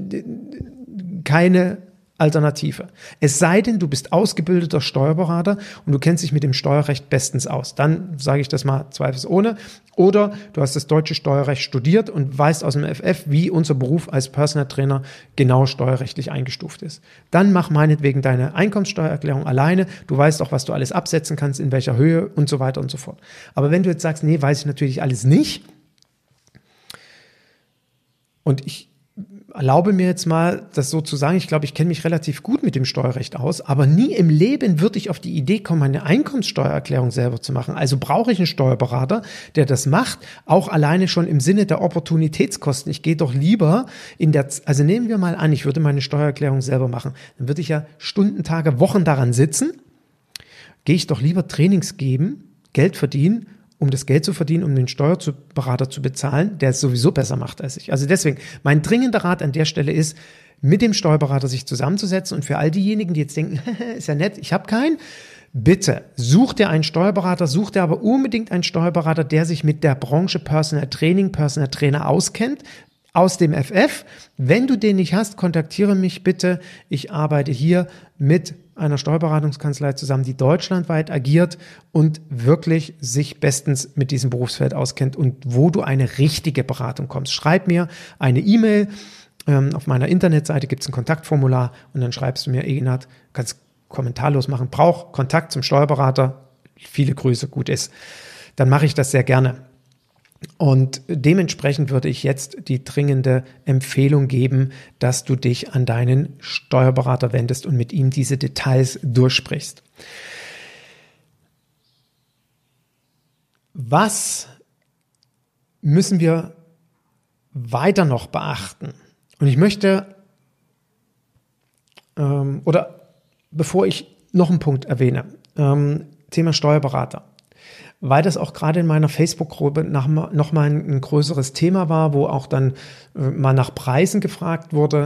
keine Alternative. Es sei denn, du bist ausgebildeter Steuerberater und du kennst dich mit dem Steuerrecht bestens aus. Dann sage ich das mal zweifelsohne. Oder du hast das deutsche Steuerrecht studiert und weißt aus dem FF, wie unser Beruf als Personal Trainer genau steuerrechtlich eingestuft ist. Dann mach meinetwegen deine Einkommenssteuererklärung alleine. Du weißt auch, was du alles absetzen kannst, in welcher Höhe und so weiter und so fort. Aber wenn du jetzt sagst, nee, weiß ich natürlich alles nicht, und ich erlaube mir jetzt mal, das so zu sagen, ich glaube, ich kenne mich relativ gut mit dem Steuerrecht aus, aber nie im Leben würde ich auf die Idee kommen, eine Einkommenssteuererklärung selber zu machen. Also brauche ich einen Steuerberater, der das macht, auch alleine schon im Sinne der Opportunitätskosten. Ich gehe doch lieber also nehmen wir mal an, ich würde meine Steuererklärung selber machen, dann würde ich ja Stunden, Tage, Wochen daran sitzen, gehe ich doch lieber Trainings geben, Geld verdienen, um das Geld zu verdienen, um den Steuerberater zu bezahlen, der es sowieso besser macht als ich. Also deswegen, mein dringender Rat an der Stelle ist, mit dem Steuerberater sich zusammenzusetzen und für all diejenigen, die jetzt denken, ist ja nett, ich habe keinen, bitte such dir einen Steuerberater, such dir aber unbedingt einen Steuerberater, der sich mit der Branche Personal Training, Personal Trainer auskennt, aus dem FF. Wenn du den nicht hast, kontaktiere mich bitte. Ich arbeite hier mit einer Steuerberatungskanzlei zusammen, die deutschlandweit agiert und wirklich sich bestens mit diesem Berufsfeld auskennt und wo du eine richtige Beratung kommst. Schreib mir eine E-Mail. Auf meiner Internetseite gibt es ein Kontaktformular und dann schreibst du mir, Eginhard, kannst kommentarlos machen, brauch Kontakt zum Steuerberater. Viele Grüße, gut ist. Dann mache ich das sehr gerne. Und dementsprechend würde ich jetzt die dringende Empfehlung geben, dass du dich an deinen Steuerberater wendest und mit ihm diese Details durchsprichst. Was müssen wir weiter noch beachten? Und ich möchte, bevor ich noch einen Punkt erwähne, Thema Steuerberater. Weil das auch gerade in meiner Facebook-Gruppe nochmal ein größeres Thema war, wo auch dann mal nach Preisen gefragt wurde,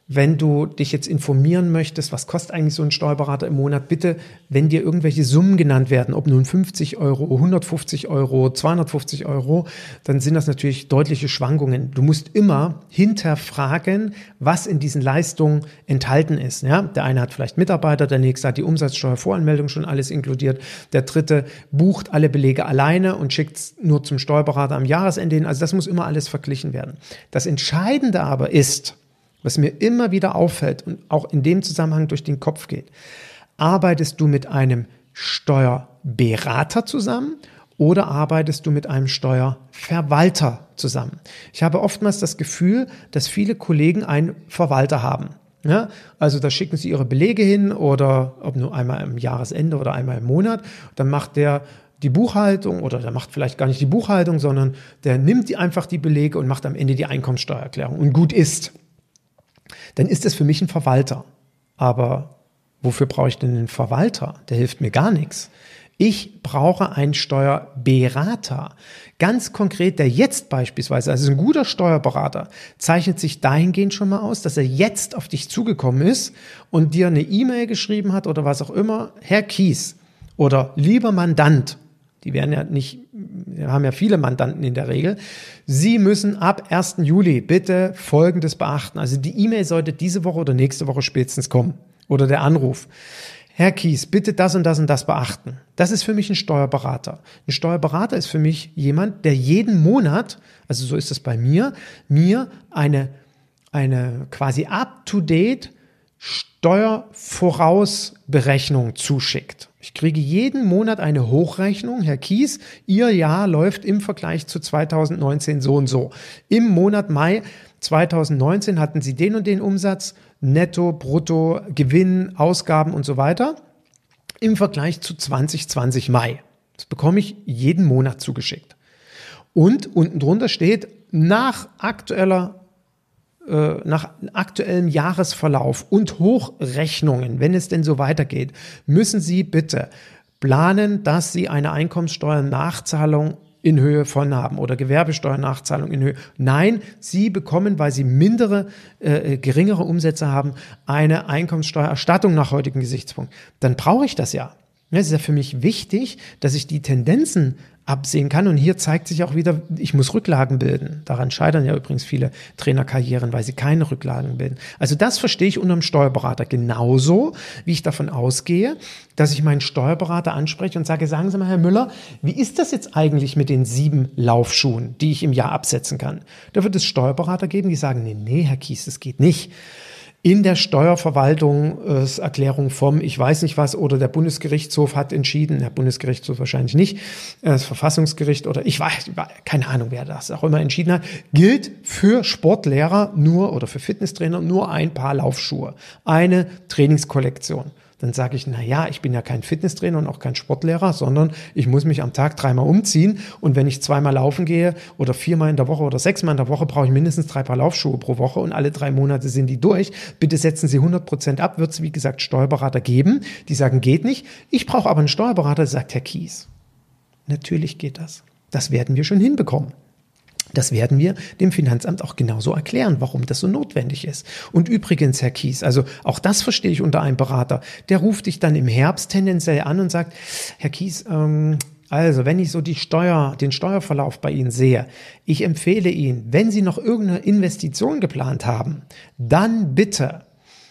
wenn du dich jetzt informieren möchtest, was kostet eigentlich so ein Steuerberater im Monat, bitte, wenn dir irgendwelche Summen genannt werden, ob nun 50 Euro, 150 Euro, 250 Euro, dann sind das natürlich deutliche Schwankungen. Du musst immer hinterfragen, was in diesen Leistungen enthalten ist. Ja? Der eine hat vielleicht Mitarbeiter, der nächste hat die Umsatzsteuervoranmeldung schon alles inkludiert, der dritte bucht alle Belege alleine und schickt es nur zum Steuerberater am Jahresende hin. Also das muss immer alles verglichen werden. Das Entscheidende aber ist, was mir immer wieder auffällt und auch in dem Zusammenhang durch den Kopf geht, arbeitest du mit einem Steuerberater zusammen oder arbeitest du mit einem Steuerverwalter zusammen? Ich habe oftmals das Gefühl, dass viele Kollegen einen Verwalter haben. Ja, also da schicken sie ihre Belege hin oder ob nur einmal im Jahresende oder einmal im Monat, dann macht der die Buchhaltung oder der macht vielleicht gar nicht die Buchhaltung, sondern der nimmt einfach die Belege und macht am Ende die Einkommensteuererklärung und gut ist. Dann ist es für mich ein Verwalter. Aber wofür brauche ich denn einen Verwalter? Der hilft mir gar nichts. Ich brauche einen Steuerberater. Ganz konkret, der jetzt beispielsweise, also ein guter Steuerberater, zeichnet sich dahingehend schon mal aus, dass er jetzt auf dich zugekommen ist und dir eine E-Mail geschrieben hat oder was auch immer, Herr Kies oder lieber Mandant, die werden ja nicht, wir haben ja viele Mandanten in der Regel. Sie müssen ab 1. Juli bitte Folgendes beachten. Also die E-Mail sollte diese Woche oder nächste Woche spätestens kommen. Oder der Anruf. Herr Kies, bitte das und das und das beachten. Das ist für mich ein Steuerberater. Ein Steuerberater ist für mich jemand, der jeden Monat, also so ist es bei mir eine quasi up-to-date Steuervorausberechnung zuschickt. Ich kriege jeden Monat eine Hochrechnung. Herr Kies, Ihr Jahr läuft im Vergleich zu 2019 so und so. Im Monat Mai 2019 hatten Sie den und den Umsatz, Netto, Brutto, Gewinn, Ausgaben und so weiter. Im Vergleich zu 2020 Mai. Das bekomme ich jeden Monat zugeschickt. Und unten drunter steht, nach aktuellem Jahresverlauf und Hochrechnungen, wenn es denn so weitergeht, müssen Sie bitte planen, dass Sie eine Einkommenssteuernachzahlung in Höhe von haben oder Gewerbesteuernachzahlung in Höhe. Nein, Sie bekommen, weil Sie geringere Umsätze haben, eine Einkommenssteuererstattung nach heutigem Gesichtspunkt. Dann brauche ich das ja. Es ist ja für mich wichtig, dass ich die Tendenzen absehen kann. Und hier zeigt sich auch wieder, ich muss Rücklagen bilden. Daran scheitern ja übrigens viele Trainerkarrieren, weil sie keine Rücklagen bilden. Also das verstehe ich unter einem Steuerberater genauso, wie ich davon ausgehe, dass ich meinen Steuerberater anspreche und sage, sagen Sie mal, Herr Müller, wie ist das jetzt eigentlich mit den 7 Laufschuhen, die ich im Jahr absetzen kann? Da wird es Steuerberater geben, die sagen, nee, Herr Kies, das geht nicht. In der Steuerverwaltungserklärung vom, ich weiß nicht was, oder der Bundesgerichtshof hat entschieden, der Bundesgerichtshof wahrscheinlich nicht, das Verfassungsgericht oder ich weiß, keine Ahnung, wer das auch immer entschieden hat, gilt für Sportlehrer nur oder für Fitnesstrainer nur ein Paar Laufschuhe, eine Trainingskollektion. Dann sage ich, ich bin ja kein Fitnesstrainer und auch kein Sportlehrer, sondern ich muss mich am Tag 3-mal umziehen und wenn ich 2-mal laufen gehe oder 4-mal in der Woche oder 6-mal in der Woche, brauche ich mindestens 3 Paar Laufschuhe pro Woche und alle 3 Monate sind die durch. Bitte setzen Sie 100% ab, wird es wie gesagt Steuerberater geben, die sagen, geht nicht. Ich brauche aber einen Steuerberater, der sagt, Herr Kies, natürlich geht das. Das werden wir schon hinbekommen. Das werden wir dem Finanzamt auch genauso erklären, warum das so notwendig ist. Und übrigens, Herr Kies, also auch das verstehe ich unter einem Berater, der ruft dich dann im Herbst tendenziell an und sagt, Herr Kies, also wenn ich so den Steuerverlauf bei Ihnen sehe, ich empfehle Ihnen, wenn Sie noch irgendeine Investition geplant haben, dann bitte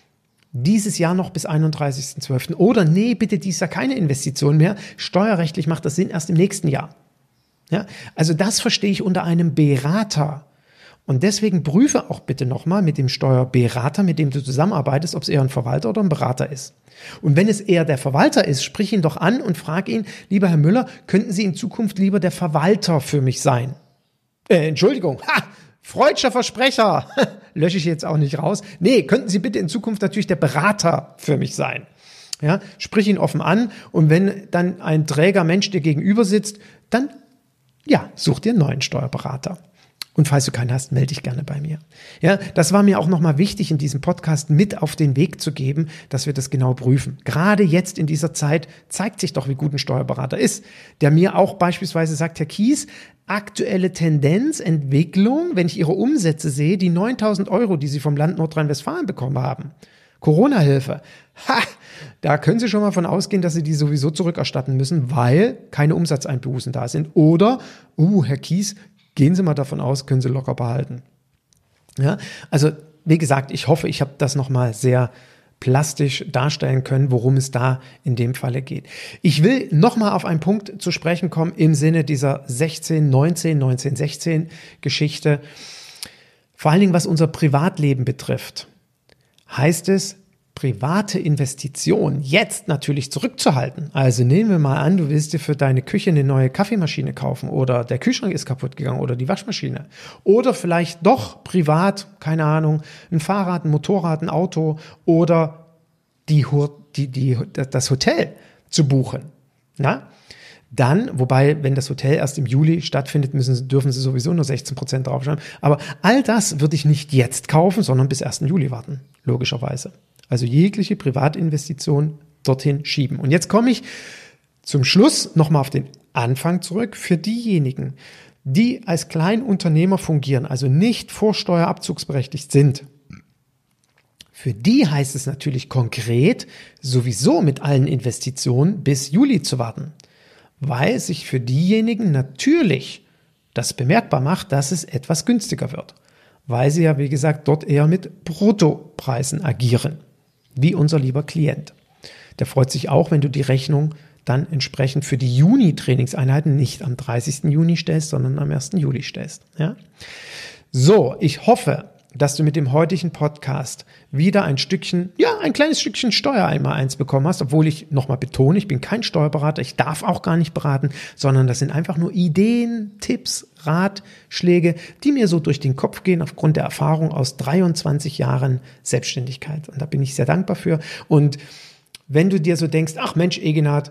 dieses Jahr noch bis 31.12. Oder nee, bitte dieses Jahr keine Investition mehr. Steuerrechtlich macht das Sinn erst im nächsten Jahr. Ja, also das verstehe ich unter einem Berater. Und deswegen prüfe auch bitte nochmal mit dem Steuerberater, mit dem du zusammenarbeitest, ob es eher ein Verwalter oder ein Berater ist. Und wenn es eher der Verwalter ist, sprich ihn doch an und frag ihn, lieber Herr Müller, könnten Sie in Zukunft lieber der Verwalter für mich sein? Entschuldigung, freudscher Versprecher, lösche ich jetzt auch nicht raus. Nee, könnten Sie bitte in Zukunft natürlich der Berater für mich sein. Ja, sprich ihn offen an und wenn dann ein träger Mensch dir gegenüber sitzt, dann such dir einen neuen Steuerberater. Und falls du keinen hast, melde dich gerne bei mir. Ja, das war mir auch nochmal wichtig, in diesem Podcast mit auf den Weg zu geben, dass wir das genau prüfen. Gerade jetzt in dieser Zeit zeigt sich doch, wie gut ein Steuerberater ist, der mir auch beispielsweise sagt, Herr Kies, aktuelle Tendenz, Entwicklung, wenn ich Ihre Umsätze sehe, die 9.000 €, die Sie vom Land Nordrhein-Westfalen bekommen haben, Corona-Hilfe, da können Sie schon mal von ausgehen, dass Sie die sowieso zurückerstatten müssen, weil keine Umsatzeinbußen da sind. Oder, Herr Kies, gehen Sie mal davon aus, können Sie locker behalten. Ja, also wie gesagt, ich hoffe, ich habe das nochmal sehr plastisch darstellen können, worum es da in dem Falle geht. Ich will nochmal auf einen Punkt zu sprechen kommen im Sinne dieser 16 Geschichte. Vor allen Dingen, was unser Privatleben betrifft, heißt es, private Investitionen jetzt natürlich zurückzuhalten. Also nehmen wir mal an, du willst dir für deine Küche eine neue Kaffeemaschine kaufen oder der Kühlschrank ist kaputt gegangen oder die Waschmaschine. Oder vielleicht doch privat, keine Ahnung, ein Fahrrad, ein Motorrad, ein Auto oder das Hotel zu buchen. Na? Dann, wobei, wenn das Hotel erst im Juli stattfindet, dürfen sie sowieso nur 16% draufschreiben. Aber all das würde ich nicht jetzt kaufen, sondern bis 1. Juli warten, logischerweise. Also jegliche Privatinvestition dorthin schieben. Und jetzt komme ich zum Schluss nochmal auf den Anfang zurück. Für diejenigen, die als Kleinunternehmer fungieren, also nicht vorsteuerabzugsberechtigt sind, für die heißt es natürlich konkret, sowieso mit allen Investitionen bis Juli zu warten. Weil sich für diejenigen natürlich das bemerkbar macht, dass es etwas günstiger wird. Weil sie ja, wie gesagt, dort eher mit Bruttopreisen agieren. Wie unser lieber Klient. Der freut sich auch, wenn du die Rechnung dann entsprechend für die Juni-Trainingseinheiten nicht am 30. Juni stellst, sondern am 1. Juli stellst. Ja? So, ich hoffe, dass du mit dem heutigen Podcast wieder ein kleines Stückchen Steuereinmaleins bekommen hast, obwohl ich nochmal betone, ich bin kein Steuerberater, ich darf auch gar nicht beraten, sondern das sind einfach nur Ideen, Tipps, Ratschläge, die mir so durch den Kopf gehen aufgrund der Erfahrung aus 23 Jahren Selbstständigkeit. Und da bin ich sehr dankbar für. Und wenn du dir so denkst, ach Mensch, Eginhard,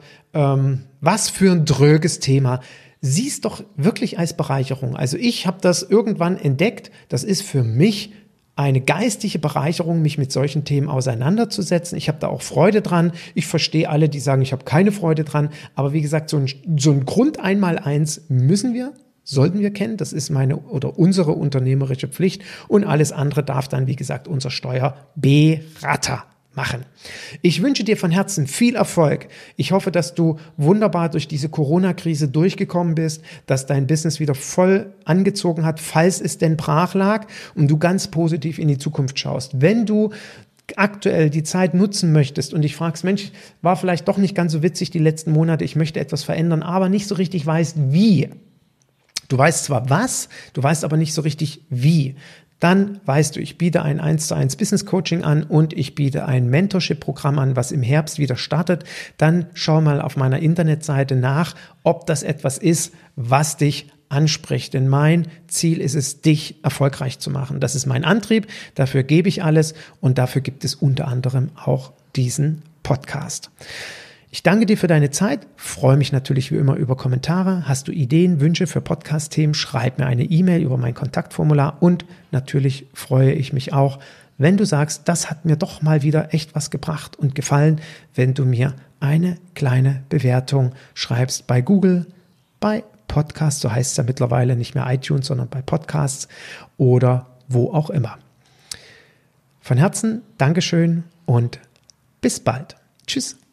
was für ein dröges Thema, sieh's doch wirklich als Bereicherung. Also ich habe das irgendwann entdeckt, das ist für mich eine geistige Bereicherung, mich mit solchen Themen auseinanderzusetzen. Ich habe da auch Freude dran. Ich verstehe alle, die sagen, ich habe keine Freude dran. Aber wie gesagt, so ein Grundeinmaleins sollten wir kennen. Das ist meine oder unsere unternehmerische Pflicht. Und alles andere darf dann, wie gesagt, unser Steuerberater machen. Ich wünsche dir von Herzen viel Erfolg. Ich hoffe, dass du wunderbar durch diese Corona-Krise durchgekommen bist, dass dein Business wieder voll angezogen hat, falls es denn brach lag und du ganz positiv in die Zukunft schaust. Wenn du aktuell die Zeit nutzen möchtest und dich fragst, Mensch, war vielleicht doch nicht ganz so witzig die letzten Monate, ich möchte etwas verändern, aber nicht so richtig weißt, wie. Du weißt zwar was, du weißt aber nicht so richtig wie. Dann weißt du, ich biete ein 1:1 Business Coaching an und ich biete ein Mentorship-Programm an, was im Herbst wieder startet. Dann schau mal auf meiner Internetseite nach, ob das etwas ist, was dich anspricht. Denn mein Ziel ist es, dich erfolgreich zu machen. Das ist mein Antrieb, dafür gebe ich alles und dafür gibt es unter anderem auch diesen Podcast. Ich danke dir für deine Zeit, freue mich natürlich wie immer über Kommentare. Hast du Ideen, Wünsche für Podcast-Themen, schreib mir eine E-Mail über mein Kontaktformular und natürlich freue ich mich auch, wenn du sagst, das hat mir doch mal wieder echt was gebracht und gefallen, wenn du mir eine kleine Bewertung schreibst bei Google, bei Podcasts, so heißt es ja mittlerweile nicht mehr iTunes, sondern bei Podcasts oder wo auch immer. Von Herzen Dankeschön und bis bald. Tschüss.